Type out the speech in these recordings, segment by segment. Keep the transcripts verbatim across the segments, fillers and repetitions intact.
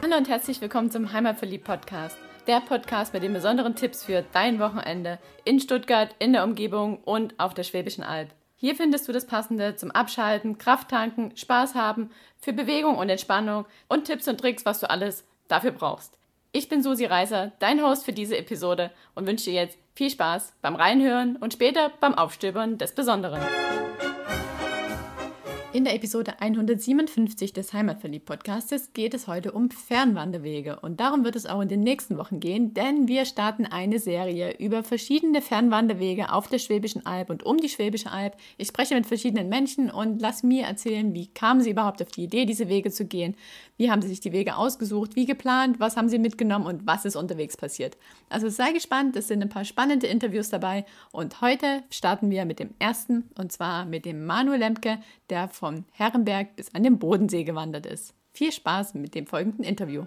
Hallo und herzlich willkommen zum Heimatverliebt-Podcast. Der Podcast mit den besonderen Tipps für dein Wochenende in Stuttgart, in der Umgebung und auf der Schwäbischen Alb. Hier findest du das Passende zum Abschalten, Kraft tanken, Spaß haben, für Bewegung und Entspannung und Tipps und Tricks, was du alles dafür brauchst. Ich bin Susi Reiser, dein Host für diese Episode und wünsche dir jetzt viel Spaß beim Reinhören und später beim Aufstöbern des Besonderen. In der Episode hundertsiebenundfünfzig des Heimatverliebt-Podcastes geht es heute um Fernwanderwege und darum wird es auch in den nächsten Wochen gehen, denn wir starten eine Serie über verschiedene Fernwanderwege auf der Schwäbischen Alb und um die Schwäbische Alb. Ich spreche mit verschiedenen Menschen und lass mir erzählen, wie kamen sie überhaupt auf die Idee, diese Wege zu gehen, wie haben sie sich die Wege ausgesucht, wie geplant, was haben sie mitgenommen und was ist unterwegs passiert. Also sei gespannt, es sind ein paar spannende Interviews dabei und heute starten wir mit dem ersten und zwar mit dem Manuel Lemke, der von Herrenberg bis an den Bodensee gewandert ist. Viel Spaß mit dem folgenden Interview.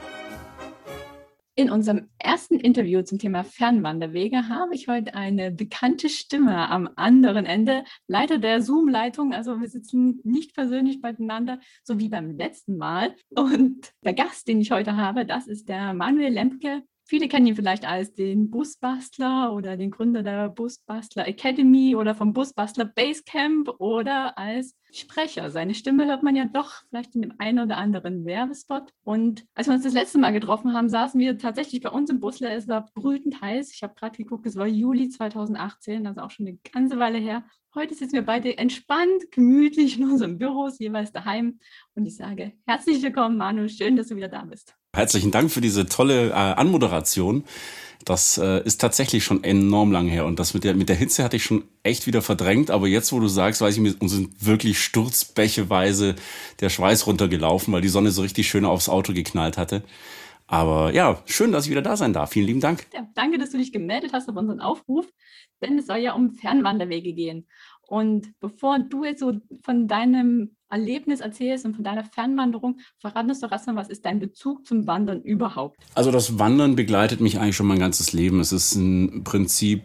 In unserem ersten Interview zum Thema Fernwanderwege habe ich heute eine bekannte Stimme am anderen Ende, Leiter der Zoom-Leitung. Also wir sitzen nicht persönlich beieinander, so wie beim letzten Mal. Und der Gast, den ich heute habe, das ist der Manuel Lemke. Viele kennen ihn vielleicht als den Busbastler oder den Gründer der Busbastler Academy oder vom Busbastler Basecamp oder als Sprecher. Seine Stimme hört man ja doch vielleicht in dem einen oder anderen Werbespot. Und als wir uns das letzte Mal getroffen haben, saßen wir tatsächlich bei uns im Busle. Es war brütend heiß. Ich habe gerade geguckt, es war Juli zweitausendachtzehn, also auch schon eine ganze Weile her. Heute sitzen wir beide entspannt, gemütlich in unseren Büros, jeweils daheim. Und ich sage herzlich willkommen, Manu. Schön, dass du wieder da bist. Herzlichen Dank für diese tolle äh, Anmoderation. Das äh, ist tatsächlich schon enorm lang her und das mit der mit der Hitze hatte ich schon echt wieder verdrängt, aber jetzt, wo du sagst, weiß ich mir, uns sind wirklich sturzbächeweise der Schweiß runtergelaufen, weil die Sonne so richtig schön aufs Auto geknallt hatte. Aber ja, schön, dass ich wieder da sein darf. Vielen lieben Dank. Ja, danke, dass du dich gemeldet hast auf unseren Aufruf, denn es soll ja um Fernwanderwege gehen. Und bevor du jetzt so von deinem Erlebnis erzählst und von deiner Fernwanderung, verrat uns doch erstmal, was ist dein Bezug zum Wandern überhaupt? Also das Wandern begleitet mich eigentlich schon mein ganzes Leben. Es ist im Prinzip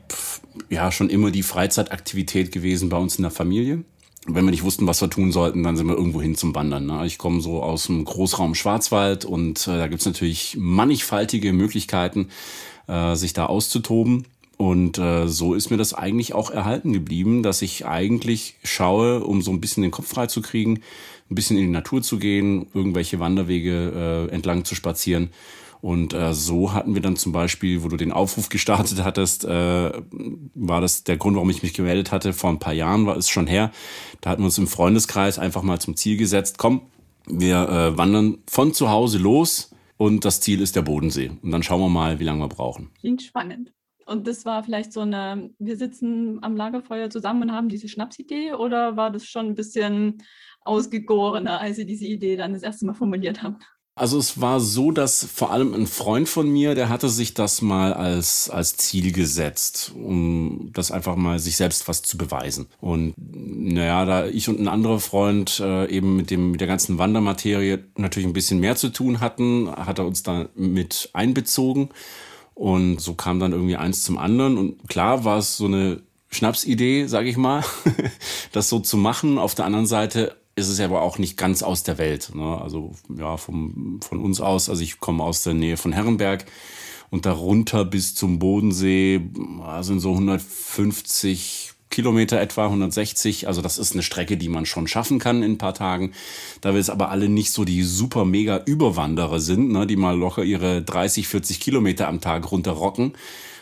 ja schon immer die Freizeitaktivität gewesen bei uns in der Familie. Wenn wir nicht wussten, was wir tun sollten, dann sind wir irgendwo hin zum Wandern. Ne? Ich komme so aus dem Großraum Schwarzwald und äh, da gibt's natürlich mannigfaltige Möglichkeiten, äh, sich da auszutoben. Und äh, so ist mir das eigentlich auch erhalten geblieben, dass ich eigentlich schaue, um so ein bisschen den Kopf frei zu kriegen, ein bisschen in die Natur zu gehen, irgendwelche Wanderwege äh, entlang zu spazieren. Und äh, so hatten wir dann zum Beispiel, wo du den Aufruf gestartet hattest, äh, war das der Grund, warum ich mich gemeldet hatte. Vor ein paar Jahren war es schon her. Da hatten wir uns im Freundeskreis einfach mal zum Ziel gesetzt, komm, wir äh, wandern von zu Hause los und das Ziel ist der Bodensee. Und dann schauen wir mal, wie lange wir brauchen. Klingt spannend. Und das war vielleicht so eine, wir sitzen am Lagerfeuer zusammen und haben diese Schnapsidee oder war das schon ein bisschen ausgegorener, als ihr diese Idee dann das erste Mal formuliert habt? Also es war so, dass vor allem ein Freund von mir, der hatte sich das mal als als Ziel gesetzt, um das einfach mal sich selbst was zu beweisen. Und naja, da ich und ein anderer Freund äh, eben mit dem mit der ganzen Wandermaterie natürlich ein bisschen mehr zu tun hatten, hat er uns da mit einbezogen. Und so kam dann irgendwie eins zum anderen. Und klar war es so eine Schnapsidee, sage ich mal, das so zu machen. Auf der anderen Seite ist es ja aber auch nicht ganz aus der Welt. Ne? Also ja, vom, von uns aus, also ich komme aus der Nähe von Herrenberg und darunter bis zum Bodensee sind so hundertfünfzig Kilometer etwa, hundertsechzig. Also das ist eine Strecke, die man schon schaffen kann in ein paar Tagen. Da wir es aber alle nicht so die super mega Überwanderer sind, ne, die mal locker ihre dreißig, vierzig Kilometer am Tag runterrocken,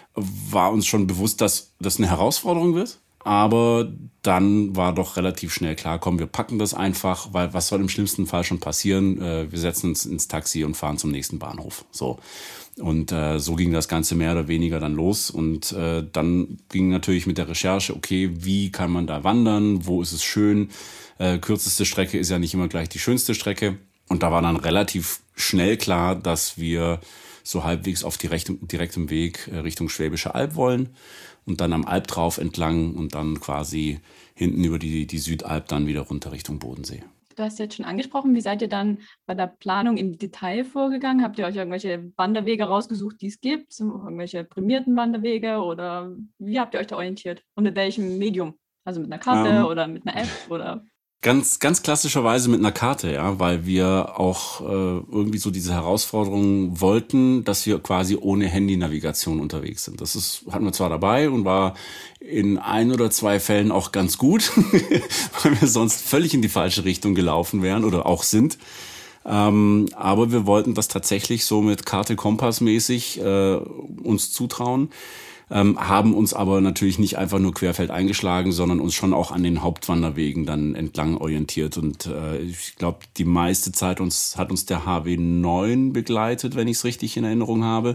war uns schon bewusst, dass das eine Herausforderung wird. Aber dann war doch relativ schnell klar, komm, wir packen das einfach, weil was soll im schlimmsten Fall schon passieren? Äh, wir setzen uns ins Taxi und fahren zum nächsten Bahnhof. So. Und äh, so ging das Ganze mehr oder weniger dann los. Und äh, dann ging natürlich mit der Recherche, okay, wie kann man da wandern? Wo ist es schön? Äh, kürzeste Strecke ist ja nicht immer gleich die schönste Strecke. Und da war dann relativ schnell klar, dass wir so halbwegs auf direkt, direktem Weg äh, Richtung Schwäbische Alb wollen. Und dann am Alb drauf entlang und dann quasi hinten über die, die Südalb dann wieder runter Richtung Bodensee. Du hast jetzt schon angesprochen, wie seid ihr dann bei der Planung im Detail vorgegangen? Habt ihr euch irgendwelche Wanderwege rausgesucht, die es gibt? Irgendwelche prämierten Wanderwege oder wie habt ihr euch da orientiert? Und mit welchem Medium? Also mit einer Karte Ähm, oder mit einer App oder? Ganz, ganz klassischerweise mit einer Karte, ja, weil wir auch äh, irgendwie so diese Herausforderung wollten, dass wir quasi ohne Handy-Navigation unterwegs sind. Das ist, hatten wir zwar dabei und war in ein oder zwei Fällen auch ganz gut, weil wir sonst völlig in die falsche Richtung gelaufen wären oder auch sind. Ähm, aber wir wollten das tatsächlich so mit Karte Kompass mäßig äh, uns zutrauen. Ähm, haben uns aber natürlich nicht einfach nur querfeld eingeschlagen, sondern uns schon auch an den Hauptwanderwegen dann entlang orientiert. Und äh, ich glaube, die meiste Zeit uns hat uns der H W neun begleitet, wenn ich es richtig in Erinnerung habe.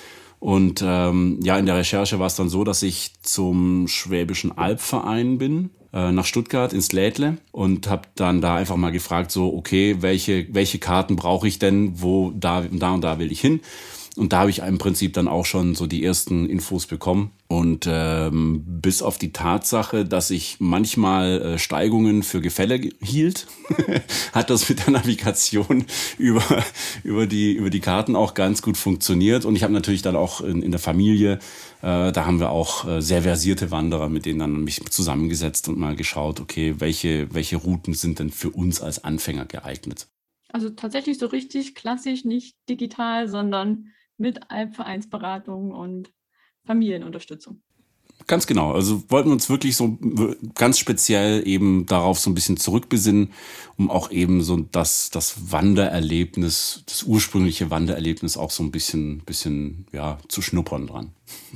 Und ähm, ja, in der Recherche war es dann so, dass ich zum Schwäbischen Albverein bin, äh, nach Stuttgart ins Lädle und habe dann da einfach mal gefragt, so okay, welche welche Karten brauche ich denn, wo da da und da will ich hin? Und da habe ich im Prinzip dann auch schon so die ersten Infos bekommen. Und ähm, bis auf die Tatsache, dass ich manchmal äh, Steigungen für Gefälle hielt, hat das mit der Navigation über über die über die Karten auch ganz gut funktioniert. Und ich habe natürlich dann auch in, in der Familie, äh, da haben wir auch äh, sehr versierte Wanderer, mit denen dann mich zusammengesetzt und mal geschaut, okay, welche welche Routen sind denn für uns als Anfänger geeignet? Also tatsächlich so richtig klassisch, nicht digital, sondern mit Albvereinsberatung und Familienunterstützung. Ganz genau. Also wollten wir uns wirklich so ganz speziell eben darauf so ein bisschen zurückbesinnen, um auch eben so das, das Wandererlebnis, das ursprüngliche Wandererlebnis auch so ein bisschen, bisschen, ja, zu schnuppern dran.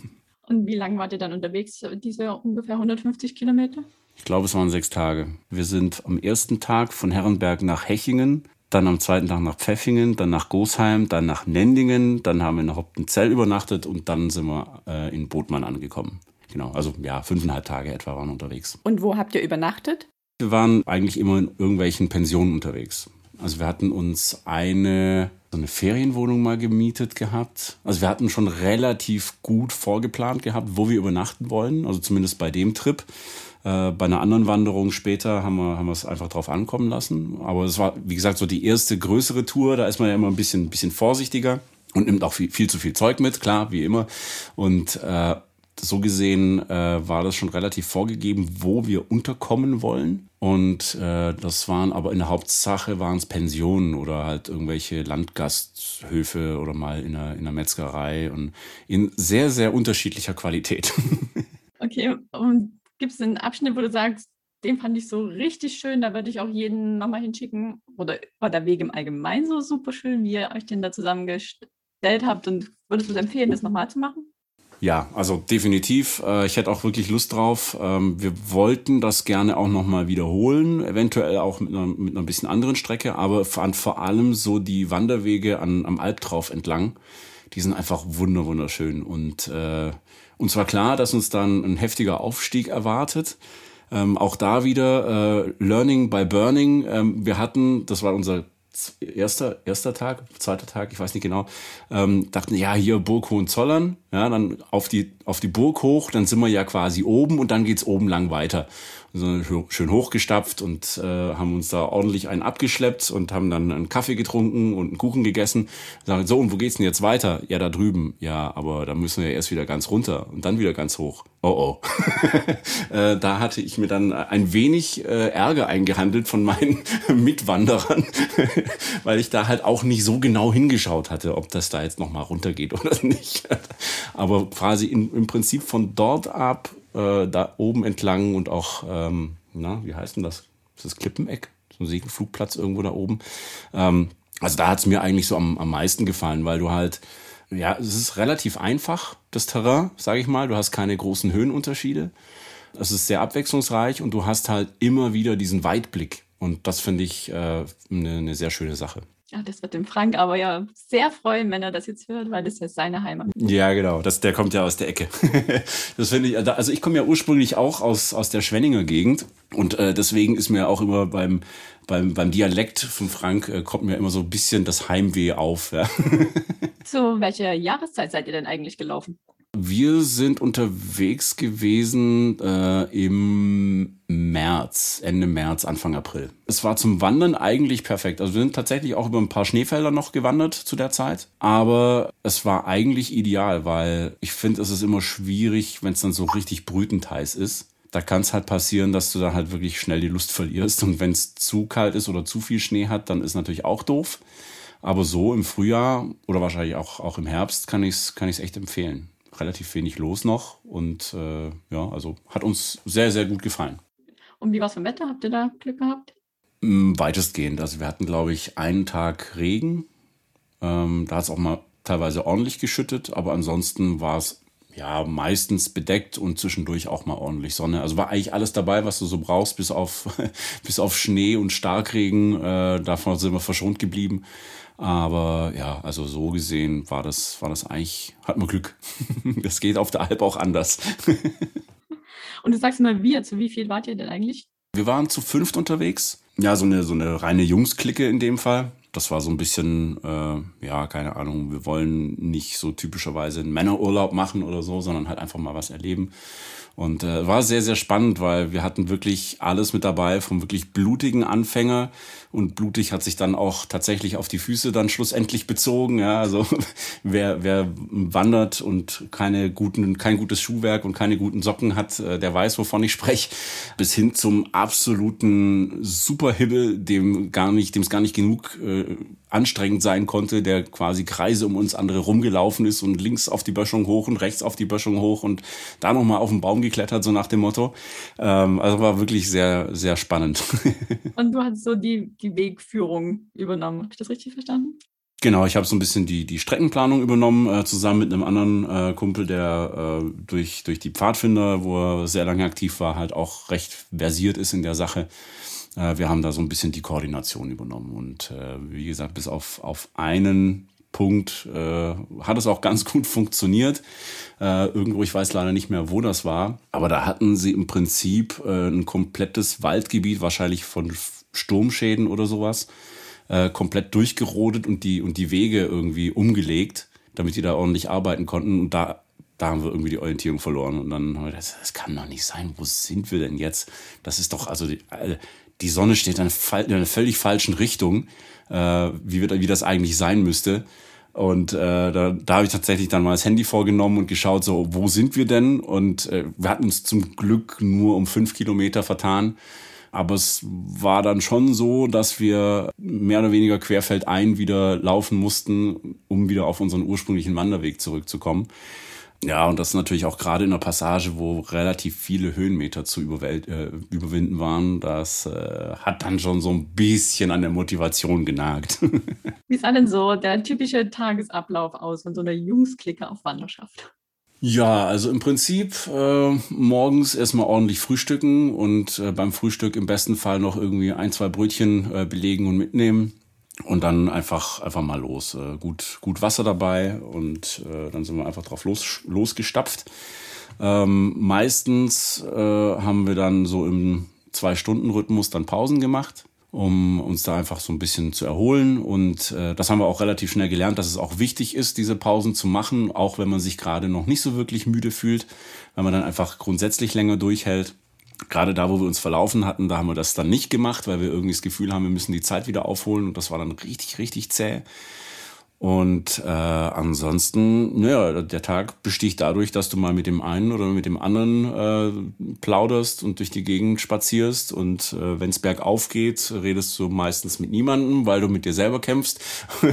Und wie lange wart ihr dann unterwegs, diese ungefähr hundertfünfzig Kilometer? Ich glaube, es waren sechs Tage. Wir sind am ersten Tag von Herrenberg nach Hechingen, dann am zweiten Tag nach Pfäffingen, dann nach Gosheim, dann nach Nendingen, dann haben wir in Hoptenzell übernachtet und dann sind wir äh, in Bodmann angekommen. Genau, also ja, fünfeinhalb Tage etwa waren wir unterwegs. Und wo habt ihr übernachtet? Wir waren eigentlich immer in irgendwelchen Pensionen unterwegs. Also wir hatten uns eine, so eine Ferienwohnung mal gemietet gehabt. Also wir hatten schon relativ gut vorgeplant gehabt, wo wir übernachten wollen, also zumindest bei dem Trip. Äh, bei einer anderen Wanderung später haben wir, haben wir es einfach drauf ankommen lassen. Aber es war, wie gesagt, so die erste größere Tour. Da ist man ja immer ein bisschen, ein bisschen vorsichtiger und nimmt auch viel, viel zu viel Zeug mit, klar, wie immer. Und äh, so gesehen äh, war das schon relativ vorgegeben, wo wir unterkommen wollen. Und äh, das waren aber in der Hauptsache waren es Pensionen oder halt irgendwelche Landgasthöfe oder mal in einer, in einer Metzgerei und in sehr, sehr unterschiedlicher Qualität. Okay, und gibt es einen Abschnitt, wo du sagst, den fand ich so richtig schön, da würde ich auch jeden nochmal hinschicken? Oder war der Weg im Allgemeinen so super schön, wie ihr euch den da zusammengestellt habt? Und würdest du es empfehlen, das nochmal zu machen? Ja, also definitiv. Ich hätte auch wirklich Lust drauf. Wir wollten das gerne auch nochmal wiederholen, eventuell auch mit einer, mit einer bisschen anderen Strecke, aber fand vor allem so die Wanderwege an, am Albtrauf entlang, die sind einfach wunder wunderschön. Und äh, uns war klar, dass uns dann ein heftiger Aufstieg erwartet. Ähm, auch da wieder äh, Learning by Burning. Ähm, wir hatten, das war unser erster erster Tag, zweiter Tag, ich weiß nicht genau, ähm, dachten, ja, hier Burg Hohenzollern, ja, dann auf die auf die Burg hoch, dann sind wir ja quasi oben und dann geht's oben lang weiter. So schön hochgestapft und äh, haben uns da ordentlich einen abgeschleppt und haben dann einen Kaffee getrunken und einen Kuchen gegessen. Sagen, so, und wo geht's denn jetzt weiter? Ja, da drüben. Ja, aber da müssen wir ja erst wieder ganz runter und dann wieder ganz hoch. Oh, oh. äh, da hatte ich mir dann ein wenig äh, Ärger eingehandelt von meinen Mitwanderern, weil ich da halt auch nicht so genau hingeschaut hatte, ob das da jetzt nochmal runtergeht oder nicht. Aber quasi in, im Prinzip von dort ab äh, da oben entlang und auch, ähm, na, wie heißt denn das? Ist das Klippeneck? So ein Segelflugplatz irgendwo da oben. Ähm, also da hat's mir eigentlich so am, am meisten gefallen, weil du halt, ja, es ist relativ einfach, das Terrain, sage ich mal. Du hast keine großen Höhenunterschiede. Es ist sehr abwechslungsreich und du hast halt immer wieder diesen Weitblick. Und das finde ich äh, eine, eine sehr schöne Sache. Ja, das wird dem Frank aber ja sehr freuen, wenn er das jetzt hört, weil das ist ja seine Heimat. Ja, genau. Das, der kommt ja aus der Ecke. Das finde ich, also ich komme ja ursprünglich auch aus, aus der Schwenninger Gegend und äh, deswegen ist mir auch immer beim, beim, beim Dialekt von Frank äh, kommt mir immer so ein bisschen das Heimweh auf. Ja. Zu welcher Jahreszeit seid ihr denn eigentlich gelaufen? Wir sind unterwegs gewesen äh, im März, Ende März, Anfang April. Es war zum Wandern eigentlich perfekt. Also wir sind tatsächlich auch über ein paar Schneefelder noch gewandert zu der Zeit. Aber es war eigentlich ideal, weil ich finde, es ist immer schwierig, wenn es dann so richtig brütend heiß ist. Da kann es halt passieren, dass du da halt wirklich schnell die Lust verlierst. Und wenn es zu kalt ist oder zu viel Schnee hat, dann ist natürlich auch doof. Aber so im Frühjahr oder wahrscheinlich auch, auch im Herbst kann ich es kann ich's echt empfehlen. Relativ wenig los noch und äh, ja, also hat uns sehr, sehr gut gefallen. Und wie war es vom Wetter? Habt ihr da Glück gehabt? Mm, Weitestgehend. Also wir hatten, glaube ich, einen Tag Regen. Ähm, da hat es auch mal teilweise ordentlich geschüttet, aber ansonsten war es ja meistens bedeckt und zwischendurch auch mal ordentlich Sonne. Also war eigentlich alles dabei, was du so brauchst, bis auf, bis auf Schnee und Starkregen. Äh, davon sind wir verschont geblieben. Aber ja, also so gesehen war das, war das eigentlich, hat man Glück. Das geht auf der Alp auch anders. Und du sagst mal wir, zu wie viel wart ihr denn eigentlich? Wir waren zu fünft unterwegs. Ja, so eine, so eine reine Jungs-Clique in dem Fall. Das war so ein bisschen, äh, ja, keine Ahnung, wir wollen nicht so typischerweise einen Männerurlaub machen oder so, sondern halt einfach mal was erleben. Und äh, war sehr, sehr spannend, weil wir hatten wirklich alles mit dabei, vom wirklich blutigen Anfänger. Und blutig hat sich dann auch tatsächlich auf die Füße dann schlussendlich bezogen. Ja, also wer, wer wandert und keine guten, kein gutes Schuhwerk und keine guten Socken hat, äh, der weiß, wovon ich spreche. Bis hin zum absoluten Superhibbel, dem gar nicht, dem es gar nicht genug äh, anstrengend sein konnte, der quasi Kreise um uns andere rumgelaufen ist und links auf die Böschung hoch und rechts auf die Böschung hoch und da nochmal auf den Baum geklettert, so nach dem Motto. Ähm, also war wirklich sehr, sehr spannend. Und du hast so die, die Wegführung übernommen. Habe ich das richtig verstanden? Genau, ich habe so ein bisschen die die Streckenplanung übernommen, äh, zusammen mit einem anderen äh, Kumpel, der äh, durch durch die Pfadfinder, wo er sehr lange aktiv war, halt auch recht versiert ist in der Sache. Äh, wir haben da so ein bisschen die Koordination übernommen und äh, wie gesagt, bis auf auf einen Punkt äh, hat es auch ganz gut funktioniert. Äh, irgendwo, ich weiß leider nicht mehr, wo das war, aber da hatten sie im Prinzip äh, ein komplettes Waldgebiet, wahrscheinlich von Sturmschäden oder sowas, äh, komplett durchgerodet und die und die Wege irgendwie umgelegt, damit die da ordentlich arbeiten konnten. Und da da haben wir irgendwie die Orientierung verloren. Und dann haben wir gedacht, das kann doch nicht sein. Wo sind wir denn jetzt? Das ist doch, also die, die Sonne steht in einer völlig falschen Richtung, äh, wie, wir, wie das eigentlich sein müsste. Und äh, da, da habe ich tatsächlich dann mal das Handy vorgenommen und geschaut, so, wo sind wir denn? Und äh, wir hatten uns zum Glück nur um fünf Kilometer vertan. Aber es war dann schon so, dass wir mehr oder weniger querfeldein wieder laufen mussten, um wieder auf unseren ursprünglichen Wanderweg zurückzukommen. Ja, und das natürlich auch gerade in einer Passage, wo relativ viele Höhenmeter zu überwält, äh, überwinden waren. Das äh, hat dann schon so ein bisschen an der Motivation genagt. Wie sah denn so der typische Tagesablauf aus von so einer Jungsklicke auf Wanderschaft? Ja, also im Prinzip äh, morgens erstmal ordentlich frühstücken und äh, beim Frühstück im besten Fall noch irgendwie ein, zwei Brötchen äh, belegen und mitnehmen und dann einfach einfach mal los. Äh, gut gut Wasser dabei und äh, dann sind wir einfach drauf los, losgestapft. Ähm, meistens äh, haben wir dann so im Zwei-Stunden-Rhythmus dann Pausen gemacht, um uns da einfach so ein bisschen zu erholen. Und äh, das haben wir auch relativ schnell gelernt, dass es auch wichtig ist, diese Pausen zu machen, auch wenn man sich gerade noch nicht so wirklich müde fühlt, weil man dann einfach grundsätzlich länger durchhält. Gerade da, wo wir uns verlaufen hatten, da haben wir das dann nicht gemacht, weil wir irgendwie das Gefühl haben, wir müssen die Zeit wieder aufholen. Und das war dann richtig, richtig zäh. Und äh, ansonsten, naja, der Tag besticht dadurch, dass du mal mit dem einen oder mit dem anderen äh, plauderst und durch die Gegend spazierst. Und äh, wenn es bergauf geht, redest du meistens mit niemandem, weil du mit dir selber kämpfst.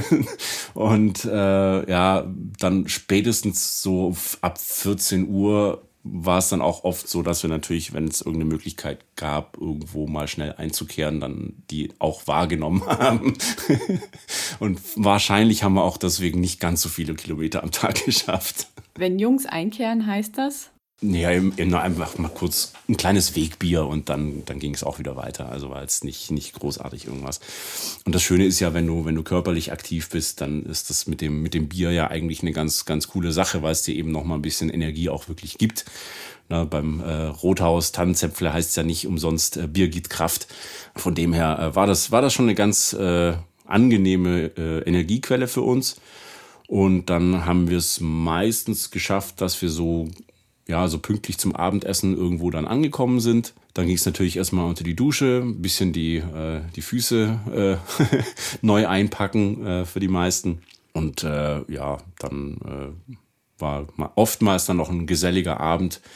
Und äh, ja, dann spätestens so ab vierzehn Uhr war es dann auch oft so, dass wir natürlich, wenn es irgendeine Möglichkeit gab, irgendwo mal schnell einzukehren, dann die auch wahrgenommen haben. Und wahrscheinlich haben wir auch deswegen nicht ganz so viele Kilometer am Tag geschafft. Wenn Jungs einkehren, heißt das? Ja, einfach mal kurz ein kleines Wegbier und dann, dann ging es auch wieder weiter. Also war jetzt nicht, nicht großartig irgendwas. Und das Schöne ist ja, wenn du, wenn du körperlich aktiv bist, dann ist das mit dem, mit dem Bier ja eigentlich eine ganz, ganz coole Sache, weil es dir eben noch mal ein bisschen Energie auch wirklich gibt. Na, beim äh, Rothaus Tannenzäpfle heißt es ja nicht umsonst, äh, Bier gibt Kraft. Von dem her äh, war das, war das schon eine ganz äh, angenehme äh, Energiequelle für uns. Und dann haben wir es meistens geschafft, dass wir so ja, so pünktlich zum Abendessen irgendwo dann angekommen sind. Dann ging es natürlich erstmal unter die Dusche, ein bisschen die, äh, die Füße äh, neu einpacken äh, für die meisten. Und äh, ja, dann äh, war oftmals dann noch ein geselliger Abend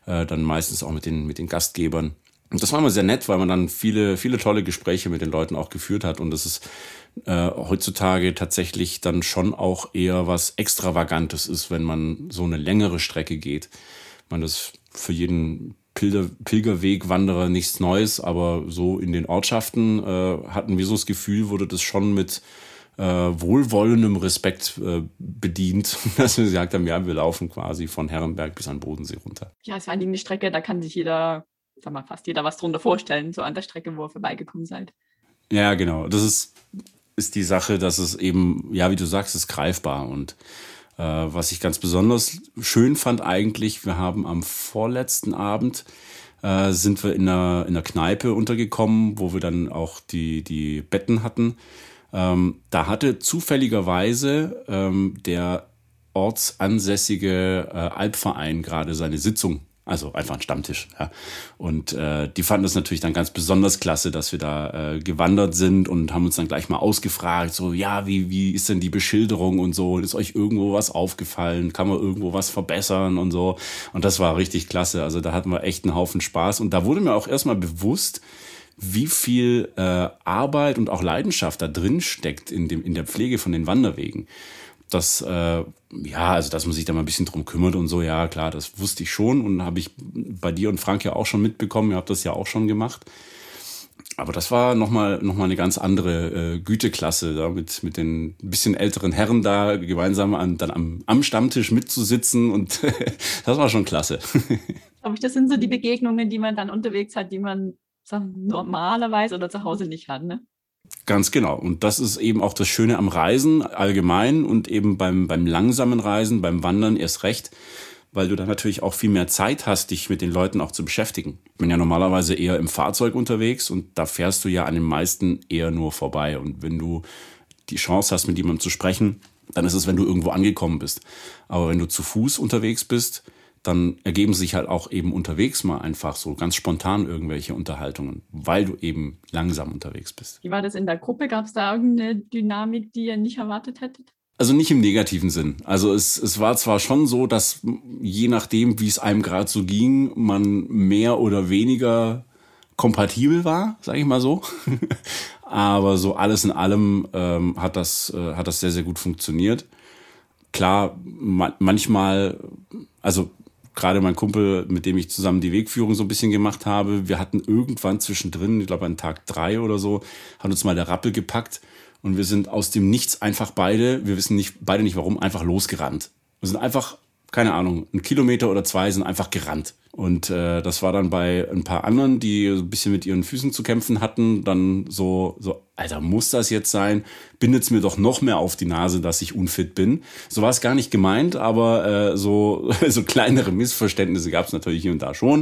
äh, dann meistens auch mit den, mit den Gastgebern. Und das war immer sehr nett, weil man dann viele, viele tolle Gespräche mit den Leuten auch geführt hat. Und das ist äh, heutzutage tatsächlich dann schon auch eher was Extravagantes ist, wenn man so eine längere Strecke geht. Man das für jeden Pilger, Pilgerweg, Wanderer nichts Neues, aber so in den Ortschaften äh, hatten wir so das Gefühl, wurde das schon mit äh, wohlwollendem Respekt äh, bedient, dass wir gesagt haben, ja, wir laufen quasi von Herrenberg bis an Bodensee runter. Ja, es war eigentlich eine Strecke, da kann sich jeder, sag mal, fast jeder was drunter vorstellen, so an der Strecke, wo ihr vorbeigekommen seid. Ja, genau. Das ist, ist die Sache, dass es eben, ja, wie du sagst, ist greifbar. Und äh, was ich ganz besonders schön fand eigentlich, wir haben am vorletzten Abend äh, sind wir in einer, in einer Kneipe untergekommen, wo wir dann auch die, die Betten hatten. Ähm, da hatte zufälligerweise ähm, der ortsansässige äh, Alpverein gerade seine Sitzung. Also einfach ein Stammtisch. Ja. Und äh, die fanden das natürlich dann ganz besonders klasse, dass wir da äh, gewandert sind und haben uns dann gleich mal ausgefragt, so, ja, wie wie ist denn die Beschilderung und so? Ist euch irgendwo was aufgefallen? Kann man irgendwo was verbessern und so? Und das war richtig klasse. Also da hatten wir echt einen Haufen Spaß. Und da wurde mir auch erstmal bewusst, wie viel äh, Arbeit und auch Leidenschaft da drin steckt in dem in der Pflege von den Wanderwegen. Das, äh, ja, also dass man sich da mal ein bisschen drum kümmert und so, ja klar, das wusste ich schon und habe ich bei dir und Frank ja auch schon mitbekommen, ihr habt das ja auch schon gemacht. Aber das war nochmal noch mal eine ganz andere äh, Güteklasse, da mit, mit den bisschen älteren Herren da gemeinsam an, dann am, am Stammtisch mitzusitzen und das war schon klasse. Glaube ich, das sind so die Begegnungen, die man dann unterwegs hat, die man sag, normalerweise oder zu Hause nicht hat, ne? Ganz genau. Und das ist eben auch das Schöne am Reisen allgemein und eben beim, beim langsamen Reisen, beim Wandern erst recht, weil du dann natürlich auch viel mehr Zeit hast, dich mit den Leuten auch zu beschäftigen. Ich bin ja normalerweise eher im Fahrzeug unterwegs und da fährst du ja an den meisten eher nur vorbei. Und wenn du die Chance hast, mit jemandem zu sprechen, dann ist es, wenn du irgendwo angekommen bist. Aber wenn du zu Fuß unterwegs bist, dann ergeben sich halt auch eben unterwegs mal einfach so ganz spontan irgendwelche Unterhaltungen, weil du eben langsam unterwegs bist. Wie war das in der Gruppe? Gab es da irgendeine Dynamik, die ihr nicht erwartet hättet? Also nicht im negativen Sinn. Also es, es war zwar schon so, dass je nachdem, wie es einem gerade so ging, man mehr oder weniger kompatibel war, sage ich mal so. Aber so alles in allem ähm, hat das äh, hat das sehr, sehr gut funktioniert. Klar, ma- manchmal, also gerade mein Kumpel, mit dem ich zusammen die Wegführung so ein bisschen gemacht habe, wir hatten irgendwann zwischendrin, ich glaube an Tag drei oder so, hat uns mal der Rappel gepackt und wir sind aus dem Nichts einfach beide, wir wissen nicht beide nicht warum, einfach losgerannt. Wir sind einfach, keine Ahnung, einen Kilometer oder zwei sind einfach gerannt. Und äh, das war dann bei ein paar anderen, die ein bisschen mit ihren Füßen zu kämpfen hatten, dann so, so, Alter, muss das jetzt sein? Bindet's mir doch noch mehr auf die Nase, dass ich unfit bin. So war es gar nicht gemeint, aber äh, so, so kleinere Missverständnisse gab es natürlich hier und da schon.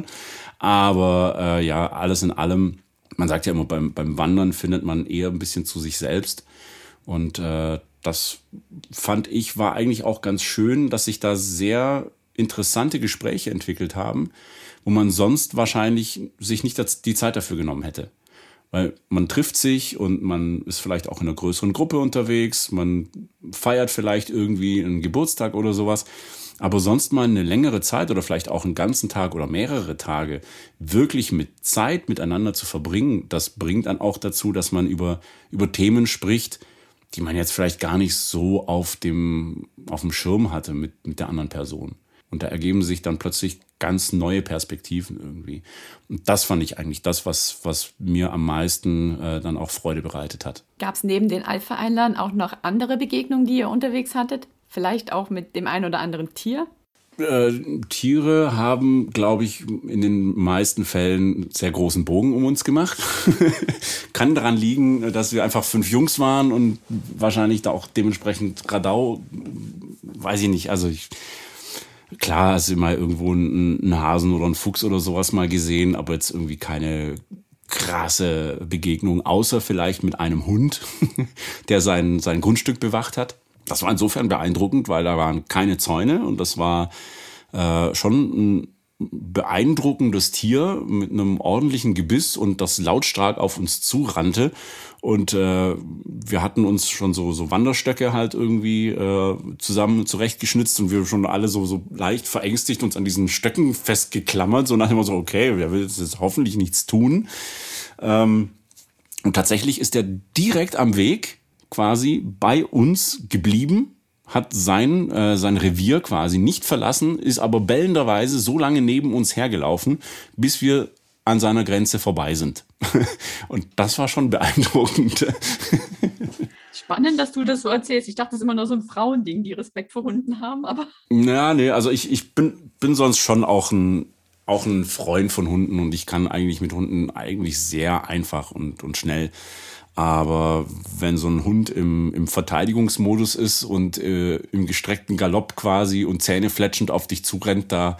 Aber äh, ja, alles in allem, man sagt ja immer, beim, beim Wandern findet man eher ein bisschen zu sich selbst. Und äh, das fand ich, war eigentlich auch ganz schön, dass sich da sehr interessante Gespräche entwickelt haben, wo man sonst wahrscheinlich sich nicht die Zeit dafür genommen hätte. Weil man trifft sich und man ist vielleicht auch in einer größeren Gruppe unterwegs, man feiert vielleicht irgendwie einen Geburtstag oder sowas, aber sonst mal eine längere Zeit oder vielleicht auch einen ganzen Tag oder mehrere Tage wirklich mit Zeit miteinander zu verbringen, das bringt dann auch dazu, dass man über, über Themen spricht, die man jetzt vielleicht gar nicht so auf dem, auf dem Schirm hatte mit, mit der anderen Person. Und da ergeben sich dann plötzlich ganz neue Perspektiven irgendwie. Und das fand ich eigentlich das, was, was mir am meisten äh, dann auch Freude bereitet hat. Gab es neben den Alpha-Einladern auch noch andere Begegnungen, die ihr unterwegs hattet? Vielleicht auch mit dem einen oder anderen Tier? Äh, Tiere haben, glaube ich, in den meisten Fällen einen sehr großen Bogen um uns gemacht. Kann daran liegen, dass wir einfach fünf Jungs waren und wahrscheinlich da auch dementsprechend Radau, weiß ich nicht, also ich... Klar, hast du mal irgendwo einen, einen Hasen oder einen Fuchs oder sowas mal gesehen, aber jetzt irgendwie keine krasse Begegnung, außer vielleicht mit einem Hund, der sein, sein Grundstück bewacht hat. Das war insofern beeindruckend, weil da waren keine Zäune und das war äh, schon ein, beeindruckendes Tier mit einem ordentlichen Gebiss und das lautstark auf uns zurannte. Und äh, wir hatten uns schon so, so Wanderstöcke halt irgendwie äh, zusammen zurechtgeschnitzt und wir schon alle so, so leicht verängstigt uns an diesen Stöcken festgeklammert. So nach dem Motto so, okay, wer will jetzt hoffentlich nichts tun. Ähm, und tatsächlich ist er direkt am Weg quasi bei uns geblieben, hat sein, äh, sein Revier quasi nicht verlassen, ist aber bellenderweise so lange neben uns hergelaufen, bis wir an seiner Grenze vorbei sind. Und das war schon beeindruckend. Spannend, dass du das so erzählst. Ich dachte, das ist immer nur so ein Frauending, die Respekt vor Hunden haben, aber... Ja, nee, also ich, ich bin, bin sonst schon auch ein, auch ein Freund von Hunden und ich kann eigentlich mit Hunden eigentlich sehr einfach und, und schnell. Aber wenn so ein Hund im, im Verteidigungsmodus ist und äh, im gestreckten Galopp quasi und zähnefletschend auf dich zurennt, da,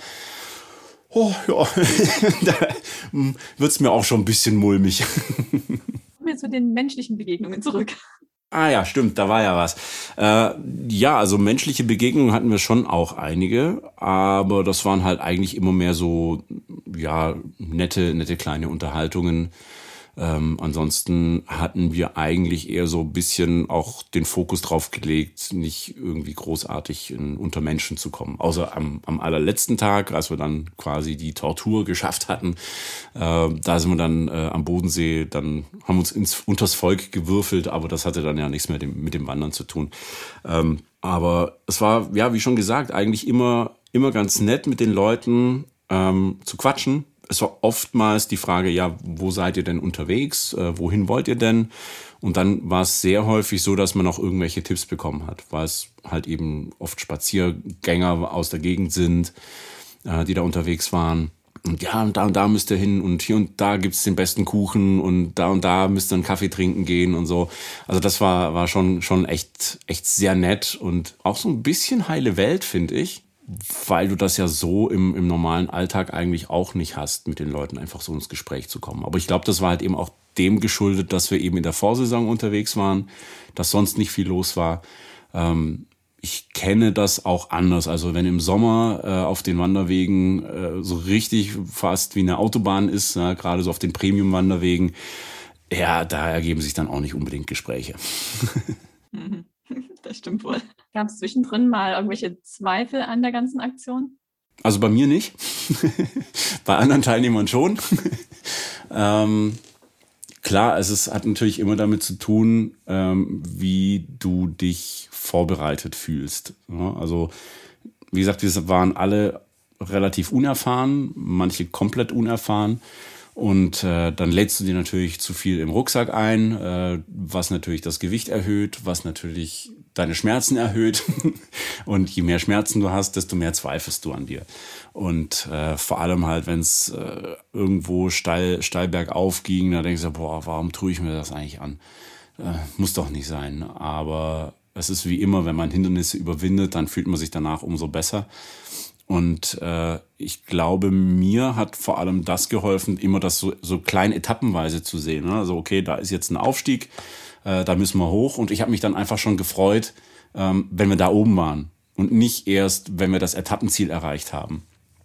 oh, ja, da wird's mir auch schon ein bisschen mulmig. Kommen wir zu den menschlichen Begegnungen zurück. Ah ja, stimmt, da war ja was. Äh, ja, also menschliche Begegnungen hatten wir schon auch einige, aber das waren halt eigentlich immer mehr so, ja, nette, nette kleine Unterhaltungen. Ähm, ansonsten hatten wir eigentlich eher so ein bisschen auch den Fokus drauf gelegt, nicht irgendwie großartig in, unter Menschen zu kommen. Außer am, am allerletzten Tag, als wir dann quasi die Tortur geschafft hatten. Äh, da sind wir dann äh, am Bodensee, dann haben wir uns ins, unters Volk gewürfelt, aber das hatte dann ja nichts mehr dem, mit dem Wandern zu tun. Ähm, aber es war, ja, wie schon gesagt, eigentlich immer, immer ganz nett mit den Leuten ähm, zu quatschen. Es war oftmals die Frage, ja, wo seid ihr denn unterwegs? Äh, wohin wollt ihr denn? Und dann war es sehr häufig so, dass man auch irgendwelche Tipps bekommen hat, weil es halt eben oft Spaziergänger aus der Gegend sind, äh, die da unterwegs waren. Und ja, und da und da müsst ihr hin und hier und da gibt's den besten Kuchen und da und da müsst ihr einen Kaffee trinken gehen und so. Also das war, war schon, schon echt, echt sehr nett und auch so ein bisschen heile Welt, finde ich. Weil du das ja so im, im normalen Alltag eigentlich auch nicht hast, mit den Leuten einfach so ins Gespräch zu kommen. Aber ich glaube, das war halt eben auch dem geschuldet, dass wir eben in der Vorsaison unterwegs waren, dass sonst nicht viel los war. Ähm, ich kenne das auch anders. Also wenn im Sommer äh, auf den Wanderwegen äh, so richtig fast wie eine Autobahn ist, ja, gerade so auf den Premium-Wanderwegen, ja, da ergeben sich dann auch nicht unbedingt Gespräche. Mhm. Das stimmt wohl. Gab es zwischendrin mal irgendwelche Zweifel an der ganzen Aktion? Also bei mir nicht. Bei anderen Teilnehmern schon. ähm, klar, es ist, hat natürlich immer damit zu tun, ähm, wie du dich vorbereitet fühlst. Ja, also wie gesagt, wir waren alle relativ unerfahren, manche komplett unerfahren. Und äh, dann lädst du dir natürlich zu viel im Rucksack ein, äh, was natürlich das Gewicht erhöht, was natürlich deine Schmerzen erhöht. Und je mehr Schmerzen du hast, desto mehr zweifelst du an dir. Und äh, vor allem halt, wenn es äh, irgendwo steil, steil bergauf ging, da denkst du, boah, warum tue ich mir das eigentlich an? Äh, muss doch nicht sein. Aber es ist wie immer, wenn man Hindernisse überwindet, dann fühlt man sich danach umso besser. Und äh, ich glaube, mir hat vor allem das geholfen, immer das so, so klein etappenweise zu sehen. Ne? Also okay, da ist jetzt ein Aufstieg, äh, da müssen wir hoch. Und ich habe mich dann einfach schon gefreut, ähm, wenn wir da oben waren. Und nicht erst, wenn wir das Etappenziel erreicht haben.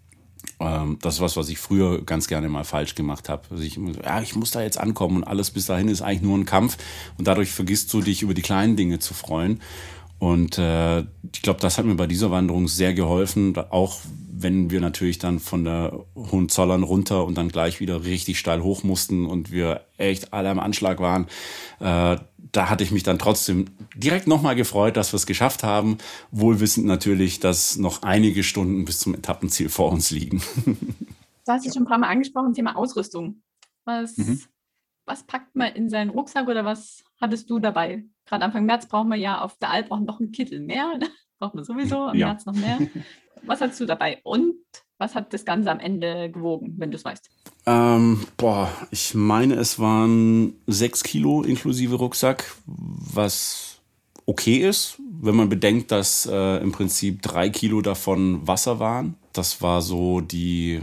Ähm, das ist was, was ich früher ganz gerne mal falsch gemacht habe. Also ich, ja, ich muss da jetzt ankommen und alles bis dahin ist eigentlich nur ein Kampf. Und dadurch vergisst du dich über die kleinen Dinge zu freuen. Und äh, ich glaube, das hat mir bei dieser Wanderung sehr geholfen, auch wenn wir natürlich dann von der Hohenzollern runter und dann gleich wieder richtig steil hoch mussten und wir echt alle am Anschlag waren. Äh, da hatte ich mich dann trotzdem direkt nochmal gefreut, dass wir es geschafft haben, wohlwissend natürlich, dass noch einige Stunden bis zum Etappenziel vor uns liegen. Du hast es schon ein paar Mal angesprochen, Thema Ausrüstung. Was, Mhm. was packt man in seinen Rucksack oder was hattest du dabei? Gerade Anfang März brauchen wir ja auf der Alp auch noch einen Kittel mehr. Ne? Braucht man sowieso, im Ja. März noch mehr. Was hast du dabei? Und was hat das Ganze am Ende gewogen, wenn du es weißt? Ähm, boah, ich meine, es waren sechs Kilo inklusive Rucksack, was okay ist, wenn man bedenkt, dass äh, im Prinzip drei Kilo davon Wasser waren. Das war so die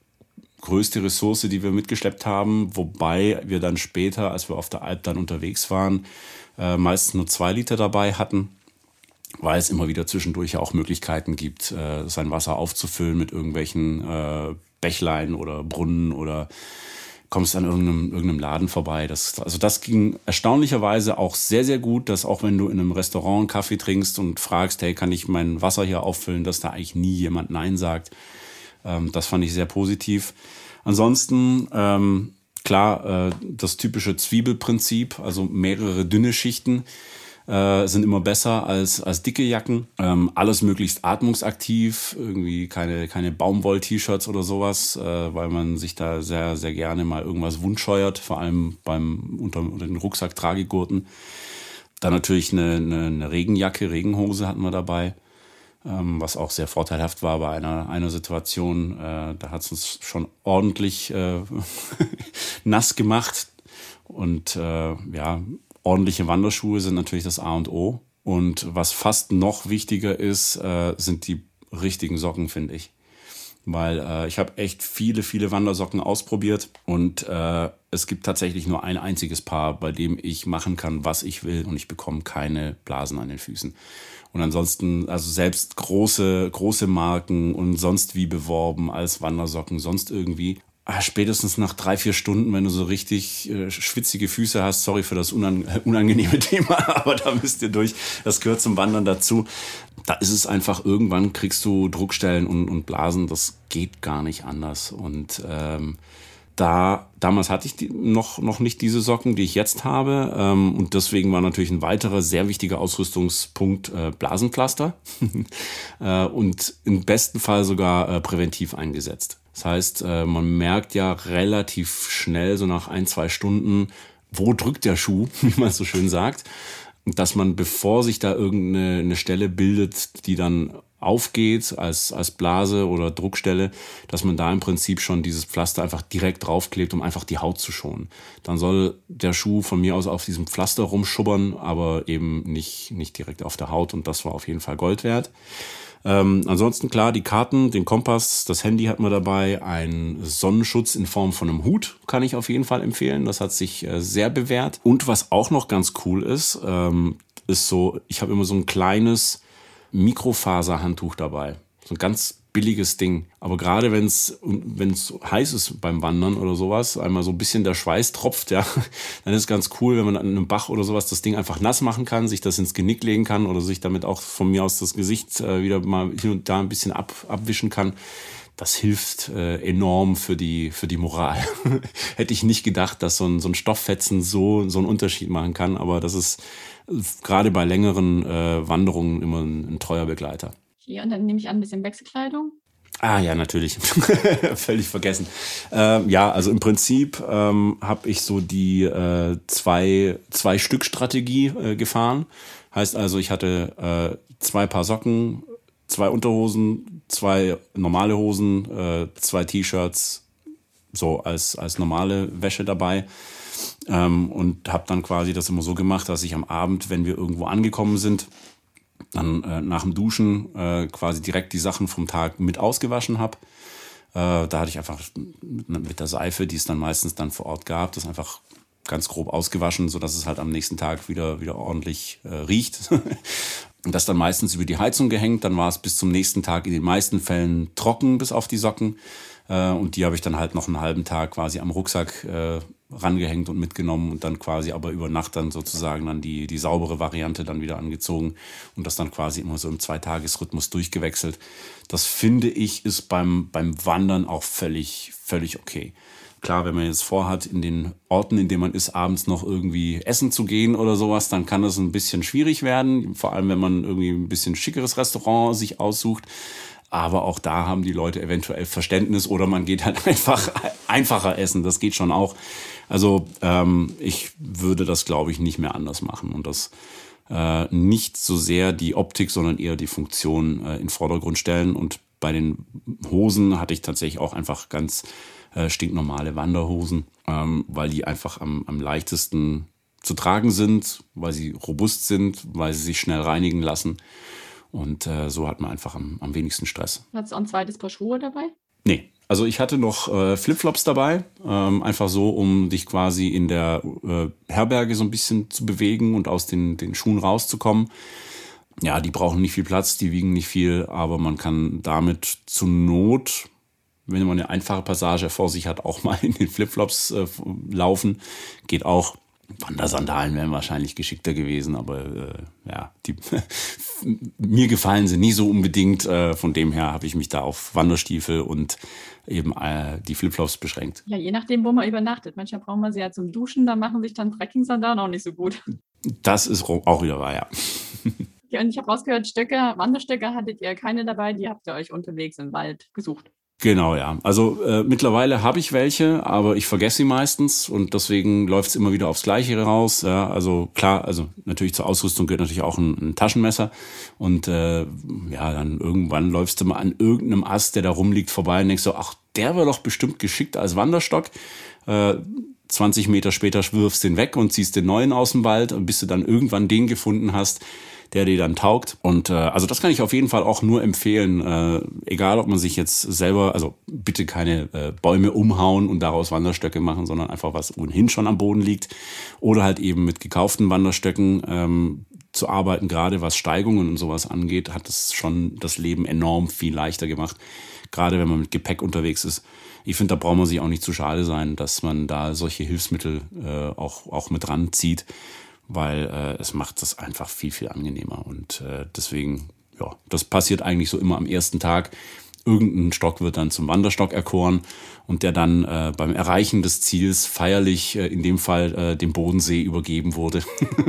größte Ressource, die wir mitgeschleppt haben, wobei wir dann später, als wir auf der Alp dann unterwegs waren, äh, meistens nur zwei Liter dabei hatten. weil es immer wieder zwischendurch ja auch Möglichkeiten gibt, äh, sein Wasser aufzufüllen mit irgendwelchen äh, Bächlein oder Brunnen oder kommst an irgendeinem, irgendeinem Laden vorbei. Das, also das ging erstaunlicherweise auch sehr, sehr gut, dass auch wenn du in einem Restaurant einen Kaffee trinkst und fragst, hey, kann ich mein Wasser hier auffüllen, dass da eigentlich nie jemand Nein sagt. Ähm, das fand ich sehr positiv. Ansonsten, ähm, klar, äh, das typische Zwiebelprinzip, also mehrere dünne Schichten äh, sind immer besser als, als dicke Jacken. Ähm, alles möglichst atmungsaktiv, irgendwie keine, keine Baumwoll-T-Shirts oder sowas, äh, weil man sich da sehr, sehr gerne mal irgendwas wundscheuert, vor allem beim unter, unter den Rucksack-Tragegurten. Dann natürlich eine, eine, eine Regenjacke, Regenhose hatten wir dabei, ähm, was auch sehr vorteilhaft war bei einer, einer Situation. Äh, da hat es uns schon ordentlich äh, nass gemacht und äh, ja, ordentliche Wanderschuhe sind natürlich das A und O. Und was fast noch wichtiger ist, äh, sind die richtigen Socken, finde ich. Weil äh, ich habe echt viele, viele Wandersocken ausprobiert und äh, es gibt tatsächlich nur ein einziges Paar, bei dem ich machen kann, was ich will und ich bekomme keine Blasen an den Füßen. Und ansonsten, also selbst große, große Marken und sonst wie beworben als Wandersocken, sonst irgendwie. Ah, spätestens nach drei, vier Stunden, wenn du so richtig äh, schwitzige Füße hast, sorry für das unan- unangenehme Thema, aber da müsst ihr durch, das gehört zum Wandern dazu. Da ist es einfach, irgendwann kriegst du Druckstellen und, und Blasen, das geht gar nicht anders. Und ähm, da damals hatte ich die, noch, noch nicht diese Socken, die ich jetzt habe. Ähm, und deswegen war natürlich ein weiterer sehr wichtiger Ausrüstungspunkt äh, Blasenpflaster äh, und im besten Fall sogar äh, präventiv eingesetzt. Das heißt, man merkt ja relativ schnell, so nach ein, zwei Stunden, wo drückt der Schuh, wie man so schön sagt. Dass man, bevor sich da irgendeine eine Stelle bildet, die dann aufgeht als, als Blase oder Druckstelle, dass man da im Prinzip schon dieses Pflaster einfach direkt draufklebt, um einfach die Haut zu schonen. Dann soll der Schuh von mir aus auf diesem Pflaster rumschubbern, aber eben nicht, nicht direkt auf der Haut, und das war auf jeden Fall Gold wert. Ähm, ansonsten klar, die Karten, den Kompass, das Handy hat man dabei, ein Sonnenschutz in Form von einem Hut kann ich auf jeden Fall empfehlen. Das hat sich äh, sehr bewährt. Und was auch noch ganz cool ist, ähm, ist so, ich habe immer so ein kleines Mikrofaserhandtuch dabei. So ein ganz billiges Ding. Aber gerade wenn es wenn es heiß ist beim Wandern oder sowas, einmal so ein bisschen der Schweiß tropft, ja, dann ist es ganz cool, wenn man an einem Bach oder sowas das Ding einfach nass machen kann, sich das ins Genick legen kann oder sich damit auch von mir aus das Gesicht äh, wieder mal hier und da ein bisschen ab, abwischen kann. Das hilft äh, enorm für die für die Moral. Hätte ich nicht gedacht, dass so ein, so ein Stofffetzen so, so einen Unterschied machen kann, aber das ist äh, gerade bei längeren äh, Wanderungen immer ein, ein treuer Begleiter. Okay, und dann nehme ich an, ein bisschen Wechselkleidung. Ah ja, natürlich. Völlig vergessen. Ähm, ja, also im Prinzip ähm, habe ich so die äh, zwei, zwei Stück Strategie äh, gefahren. Heißt also, ich hatte äh, zwei Paar Socken, zwei Unterhosen, zwei normale Hosen, äh, zwei T-Shirts, so als, als normale Wäsche dabei. Ähm, und habe dann quasi das immer so gemacht, dass ich am Abend, wenn wir irgendwo angekommen sind, dann äh, nach dem Duschen äh, quasi direkt die Sachen vom Tag mit ausgewaschen habe. Äh, da hatte ich einfach mit der Seife, die es dann meistens dann vor Ort gab, das einfach ganz grob ausgewaschen, sodass es halt am nächsten Tag wieder, wieder ordentlich äh, riecht. Und das dann meistens über die Heizung gehängt. Dann war es bis zum nächsten Tag in den meisten Fällen trocken, bis auf die Socken. Äh, und die habe ich dann halt noch einen halben Tag quasi am Rucksack äh, rangehängt und mitgenommen und dann quasi aber über Nacht dann sozusagen dann die, die saubere Variante dann wieder angezogen und das dann quasi immer so im Zweitagesrhythmus durchgewechselt. Das finde ich ist beim, beim Wandern auch völlig, völlig okay. Klar, wenn man jetzt vorhat, in den Orten, in denen man ist, abends noch irgendwie essen zu gehen oder sowas, dann kann das ein bisschen schwierig werden. Vor allem, wenn man irgendwie ein bisschen schickeres Restaurant sich aussucht. Aber auch da haben die Leute eventuell Verständnis oder man geht halt einfach einfacher essen. Das geht schon auch. Also ähm, ich würde das, glaube ich, nicht mehr anders machen und das äh, nicht so sehr die Optik, sondern eher die Funktion äh, in den Vordergrund stellen. Und bei den Hosen hatte ich tatsächlich auch einfach ganz äh, stinknormale Wanderhosen, ähm, weil die einfach am, am leichtesten zu tragen sind, weil sie robust sind, weil sie sich schnell reinigen lassen. Und äh, so hat man einfach am, am wenigsten Stress. Hattest du auch ein zweites Paar Schuhe dabei? Nee, also ich hatte noch äh, Flipflops dabei, ähm, einfach so, um dich quasi in der äh, Herberge so ein bisschen zu bewegen und aus den, den Schuhen rauszukommen. Ja, die brauchen nicht viel Platz, die wiegen nicht viel, aber man kann damit zur Not, wenn man eine einfache Passage vor sich hat, auch mal in den Flipflops äh, laufen. Geht auch. Wandersandalen wären wahrscheinlich geschickter gewesen, aber äh, ja, die, mir gefallen sie nie so unbedingt. Äh, von dem her habe ich mich da auf Wanderstiefel und eben äh, die Flipflops beschränkt. Ja, je nachdem, wo man übernachtet. Manchmal brauchen wir sie ja zum Duschen, da machen sich dann Trekking-Sandalen auch nicht so gut. Das ist auch wieder wahr, ja. Ja, und ich habe rausgehört, Stöcke, Wanderstöcke hattet ihr keine dabei, die habt ihr euch unterwegs im Wald gesucht. Genau, ja. Also äh, mittlerweile habe ich welche, aber ich vergesse sie meistens und deswegen läuft es immer wieder aufs Gleiche raus. Ja, also klar, also natürlich zur Ausrüstung gehört natürlich auch ein, ein Taschenmesser und äh, ja, dann irgendwann läufst du mal an irgendeinem Ast, der da rumliegt, vorbei und denkst so, ach, der wäre doch bestimmt geschickt als Wanderstock. Äh, zwanzig Meter später wirfst du den weg und ziehst den neuen aus dem Wald und bis du dann irgendwann den gefunden hast, der dir dann taugt. Und äh, also das kann ich auf jeden Fall auch nur empfehlen, äh, egal ob man sich jetzt selber, also bitte keine äh, Bäume umhauen und daraus Wanderstöcke machen, sondern einfach was ohnehin schon am Boden liegt oder halt eben mit gekauften Wanderstöcken ähm, zu arbeiten, gerade was Steigungen und sowas angeht, hat es schon das Leben enorm viel leichter gemacht, gerade wenn man mit Gepäck unterwegs ist. Ich finde, da braucht man sich auch nicht zu schade sein, dass man da solche Hilfsmittel äh, auch, auch mit ranzieht, weil äh, es macht das einfach viel, viel angenehmer. Und äh, deswegen, ja, das passiert eigentlich so immer am ersten Tag. Irgendein Stock wird dann zum Wanderstock erkoren und der dann äh, beim Erreichen des Ziels feierlich, äh, in dem Fall äh, dem Bodensee übergeben wurde,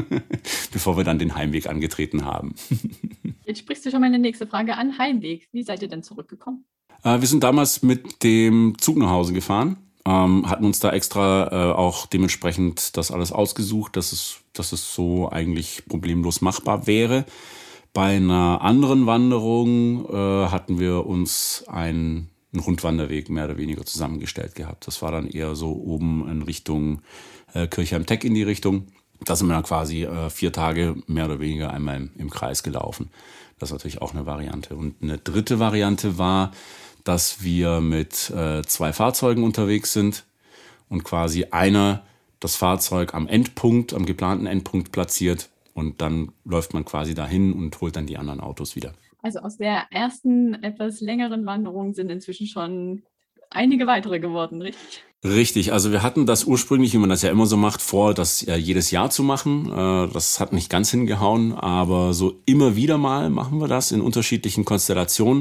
bevor wir dann den Heimweg angetreten haben. Jetzt sprichst du schon meine nächste Frage an, Heimweg. Wie seid ihr denn zurückgekommen? Äh, wir sind damals mit dem Zug nach Hause gefahren. Ähm, hatten uns da extra äh, auch dementsprechend das alles ausgesucht, dass es, dass es so eigentlich problemlos machbar wäre. Bei einer anderen Wanderung äh, hatten wir uns einen, einen Rundwanderweg mehr oder weniger zusammengestellt gehabt. Das war dann eher so oben in Richtung äh, Kirchheim-Teck in die Richtung. Da sind wir dann quasi äh, vier Tage mehr oder weniger einmal im, im Kreis gelaufen. Das ist natürlich auch eine Variante. Und eine dritte Variante war, dass wir mit äh, zwei Fahrzeugen unterwegs sind und quasi einer das Fahrzeug am Endpunkt, am geplanten Endpunkt platziert und dann läuft man quasi dahin und holt dann die anderen Autos wieder. Also aus der ersten, etwas längeren Wanderung sind inzwischen schon einige weitere geworden, richtig? Richtig, also wir hatten das ursprünglich, wie man das ja immer so macht, vor, das äh, jedes Jahr zu machen. Äh, das hat nicht ganz hingehauen, aber so immer wieder mal machen wir das in unterschiedlichen Konstellationen.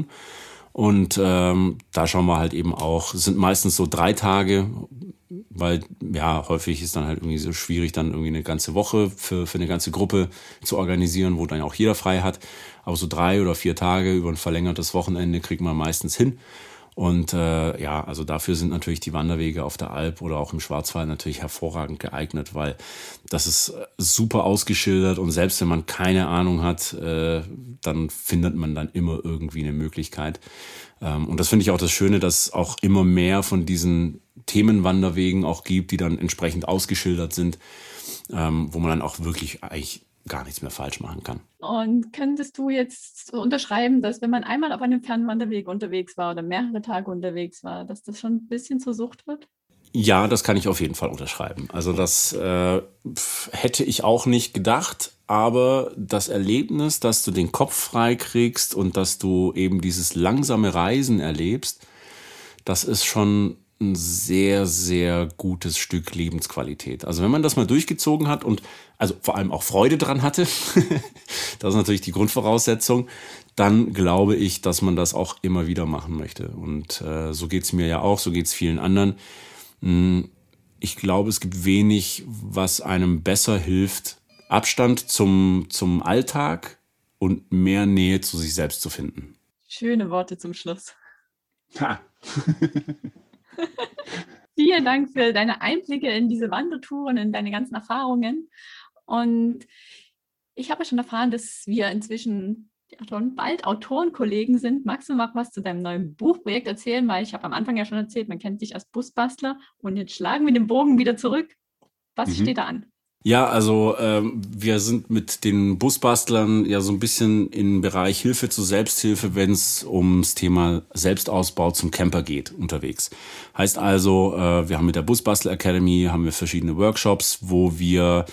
Und ähm, da schauen wir halt eben auch, es sind meistens so drei Tage, weil ja häufig ist dann halt irgendwie so schwierig, dann irgendwie eine ganze Woche für, für eine ganze Gruppe zu organisieren, wo dann auch jeder frei hat. Aber so drei oder vier Tage über ein verlängertes Wochenende kriegt man meistens hin. Und äh, ja, also dafür sind natürlich die Wanderwege auf der Alp oder auch im Schwarzwald natürlich hervorragend geeignet, weil das ist super ausgeschildert und selbst wenn man keine Ahnung hat, äh, dann findet man dann immer irgendwie eine Möglichkeit. Ähm, und das finde ich auch das Schöne, dass es auch immer mehr von diesen Themenwanderwegen auch gibt, die dann entsprechend ausgeschildert sind, ähm, wo man dann auch wirklich eigentlich gar nichts mehr falsch machen kann. Und könntest du jetzt unterschreiben, dass wenn man einmal auf einem Fernwanderweg unterwegs war oder mehrere Tage unterwegs war, dass das schon ein bisschen zur Sucht wird? Ja, das kann ich auf jeden Fall unterschreiben. Also das äh, hätte ich auch nicht gedacht, aber das Erlebnis, dass du den Kopf frei kriegst und dass du eben dieses langsame Reisen erlebst, das ist schon ein sehr, sehr gutes Stück Lebensqualität. Also wenn man das mal durchgezogen hat und also vor allem auch Freude dran hatte, das ist natürlich die Grundvoraussetzung, dann glaube ich, dass man das auch immer wieder machen möchte. Und äh, so geht's mir ja auch, so geht's vielen anderen. Ich glaube, es gibt wenig, was einem besser hilft, Abstand zum, zum Alltag und mehr Nähe zu sich selbst zu finden. Schöne Worte zum Schluss. Ha. Vielen Dank für deine Einblicke in diese Wandertouren, in deine ganzen Erfahrungen. Und ich habe schon erfahren, dass wir inzwischen ja, schon bald Autorenkollegen sind. Magst du noch was zu deinem neuen Buchprojekt erzählen? Weil ich habe am Anfang ja schon erzählt, man kennt dich als Busbastler. Und jetzt schlagen wir den Bogen wieder zurück. Was mhm. steht da an? Ja, also ähm, wir sind mit den Busbastlern ja so ein bisschen im Bereich Hilfe zur Selbsthilfe, wenn es ums Thema Selbstausbau zum Camper geht, unterwegs. Heißt also, äh, wir haben mit der Busbastler Academy haben wir verschiedene Workshops, wo wir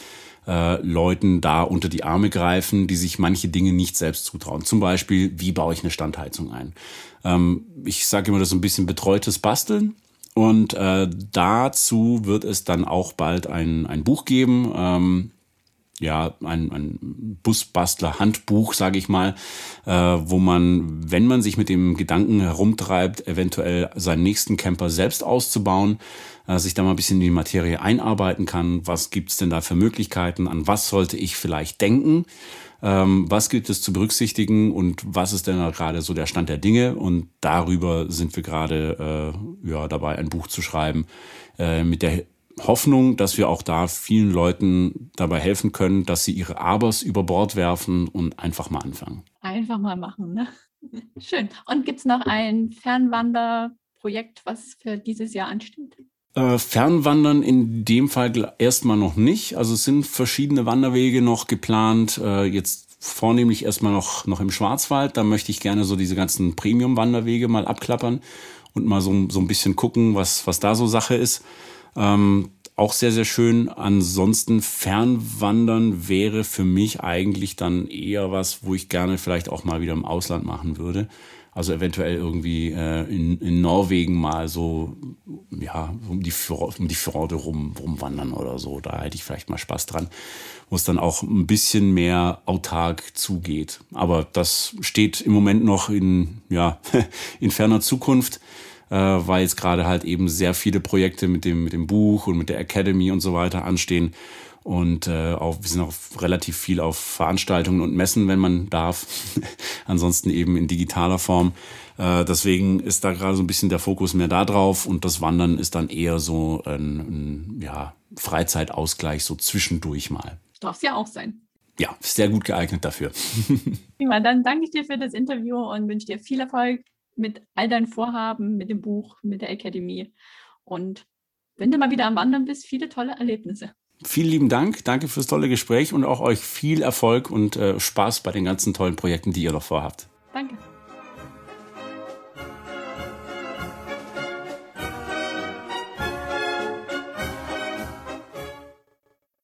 äh, Leuten da unter die Arme greifen, die sich manche Dinge nicht selbst zutrauen. Zum Beispiel, wie baue ich eine Standheizung ein? Ähm, ich sage immer, das ist ein bisschen betreutes Basteln. Und äh, dazu wird es dann auch bald ein, ein Buch geben, ähm, ja, ein, ein Busbastler-Handbuch, sage ich mal, äh, wo man, wenn man sich mit dem Gedanken herumtreibt, eventuell seinen nächsten Camper selbst auszubauen, äh, sich da mal ein bisschen in die Materie einarbeiten kann. Was gibt's denn da für Möglichkeiten? An was sollte ich vielleicht denken? Ähm, was gibt es zu berücksichtigen und was ist denn da gerade so der Stand der Dinge? Und darüber sind wir gerade äh, ja, dabei, ein Buch zu schreiben, äh, mit der Hoffnung, dass wir auch da vielen Leuten dabei helfen können, dass sie ihre Abers über Bord werfen und einfach mal anfangen. Einfach mal machen, ne? Schön. Und gibt es noch ein Fernwanderprojekt, was für dieses Jahr ansteht? Äh, Fernwandern in dem Fall erstmal noch nicht. Also es sind verschiedene Wanderwege noch geplant. Äh, jetzt vornehmlich erstmal noch, noch im Schwarzwald. Da möchte ich gerne so diese ganzen Premium-Wanderwege mal abklappern und mal so, so ein bisschen gucken, was, was da so Sache ist. Ähm, auch sehr, sehr schön. Ansonsten Fernwandern wäre für mich eigentlich dann eher was, wo ich gerne vielleicht auch mal wieder im Ausland machen würde. Also eventuell irgendwie äh, in, in Norwegen mal so, ja, um die, um die Fjorde rum, rumwandern oder so. Da hätte ich vielleicht mal Spaß dran, wo es dann auch ein bisschen mehr autark zugeht. Aber das steht im Moment noch in, ja, in ferner Zukunft. Äh, weil jetzt gerade halt eben sehr viele Projekte mit dem mit dem Buch und mit der Academy und so weiter anstehen und äh, auch wir sind auch relativ viel auf Veranstaltungen und Messen, wenn man darf, ansonsten eben in digitaler Form. Äh, deswegen ist da gerade so ein bisschen der Fokus mehr da drauf und das Wandern ist dann eher so ein, ein ja, Freizeitausgleich so zwischendurch mal. Darf es ja auch sein. Ja, sehr gut geeignet dafür. Prima, dann danke ich dir für das Interview und wünsche dir viel Erfolg mit all deinen Vorhaben, mit dem Buch, mit der Academy. Und wenn du mal wieder am Wandern bist, viele tolle Erlebnisse. Vielen lieben Dank. Danke fürs tolle Gespräch und auch euch viel Erfolg und äh, Spaß bei den ganzen tollen Projekten, die ihr noch vorhabt. Danke.